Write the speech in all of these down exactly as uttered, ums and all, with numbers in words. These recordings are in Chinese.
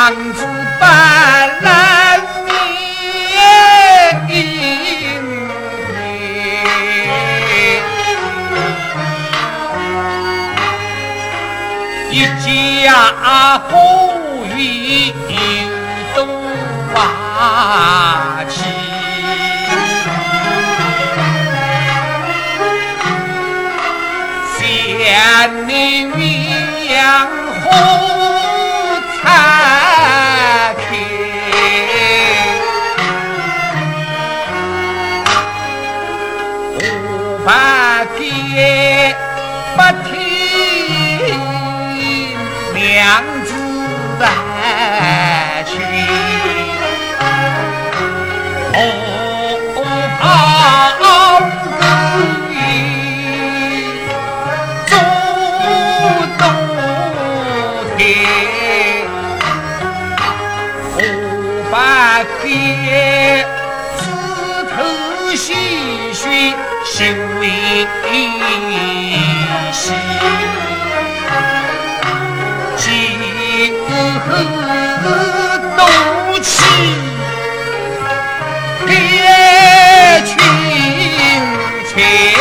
娘子伴来面迎一家风雨都瓦起，千里鸳鸯红彩天，五百天不听娘子来去，红袍子衣中冬天，五百天枝头细雪心为喜，今后冬去别情切，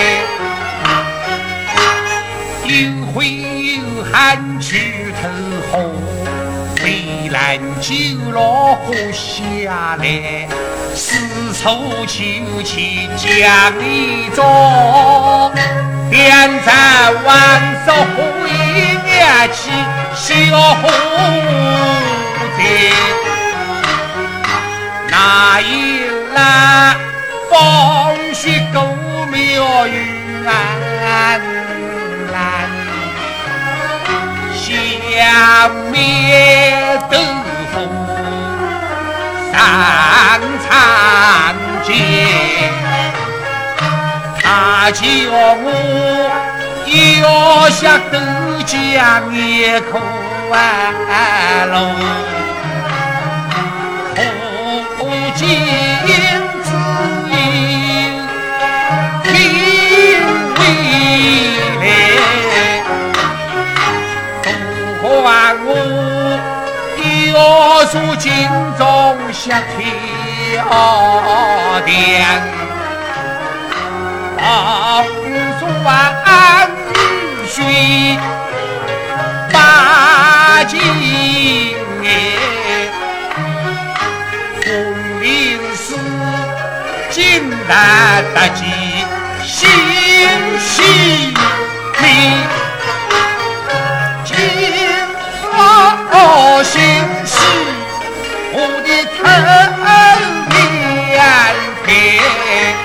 有灰有寒去头红，微澜酒落花下来，丝绸秋气将你中，点在万寿回念起小红的，那一来风雪狗庙与安南，下面豆腐三餐见，他叫我要下豆浆一口完喽，苦尽自有品味来，不管我要说金钟下挑点，当算雨水八斤哎，风铃是金丹大吉心喜你，金发心喜我的头面天，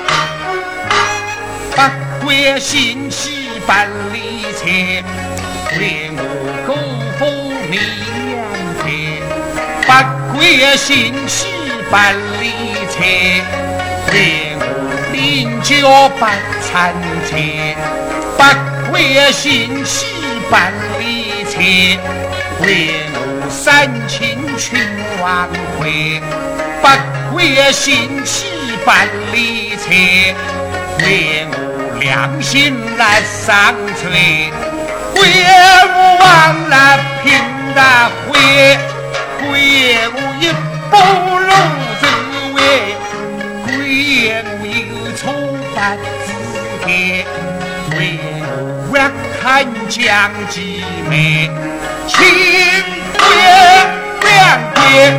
不归心喜办理财，为我辜负你娘天，不归心喜办理财，为我临教不参财，不归心喜办理财，为我三亲群晚会，不归心喜办理财，为我良心来上垂，归我往来平大会，归我一步路走位，归我有错犯资格，归我要看将计美，情归两归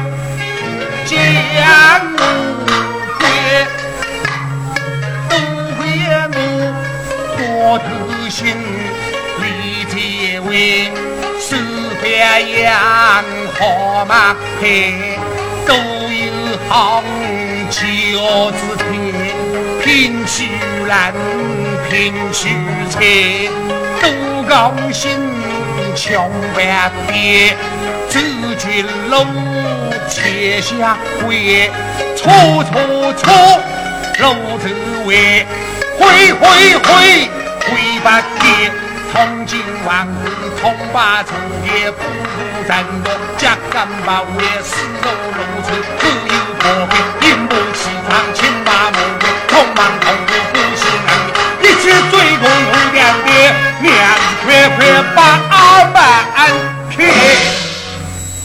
将我归，都归我多头心为结尾，手边养好马配，都有好酒子甜，品取兰品取菜，都高兴穷万别，走进路切下回，错错错路头位，回回回回把天，从今往后同把从业不不战斗，家干把为四路路程各有破费。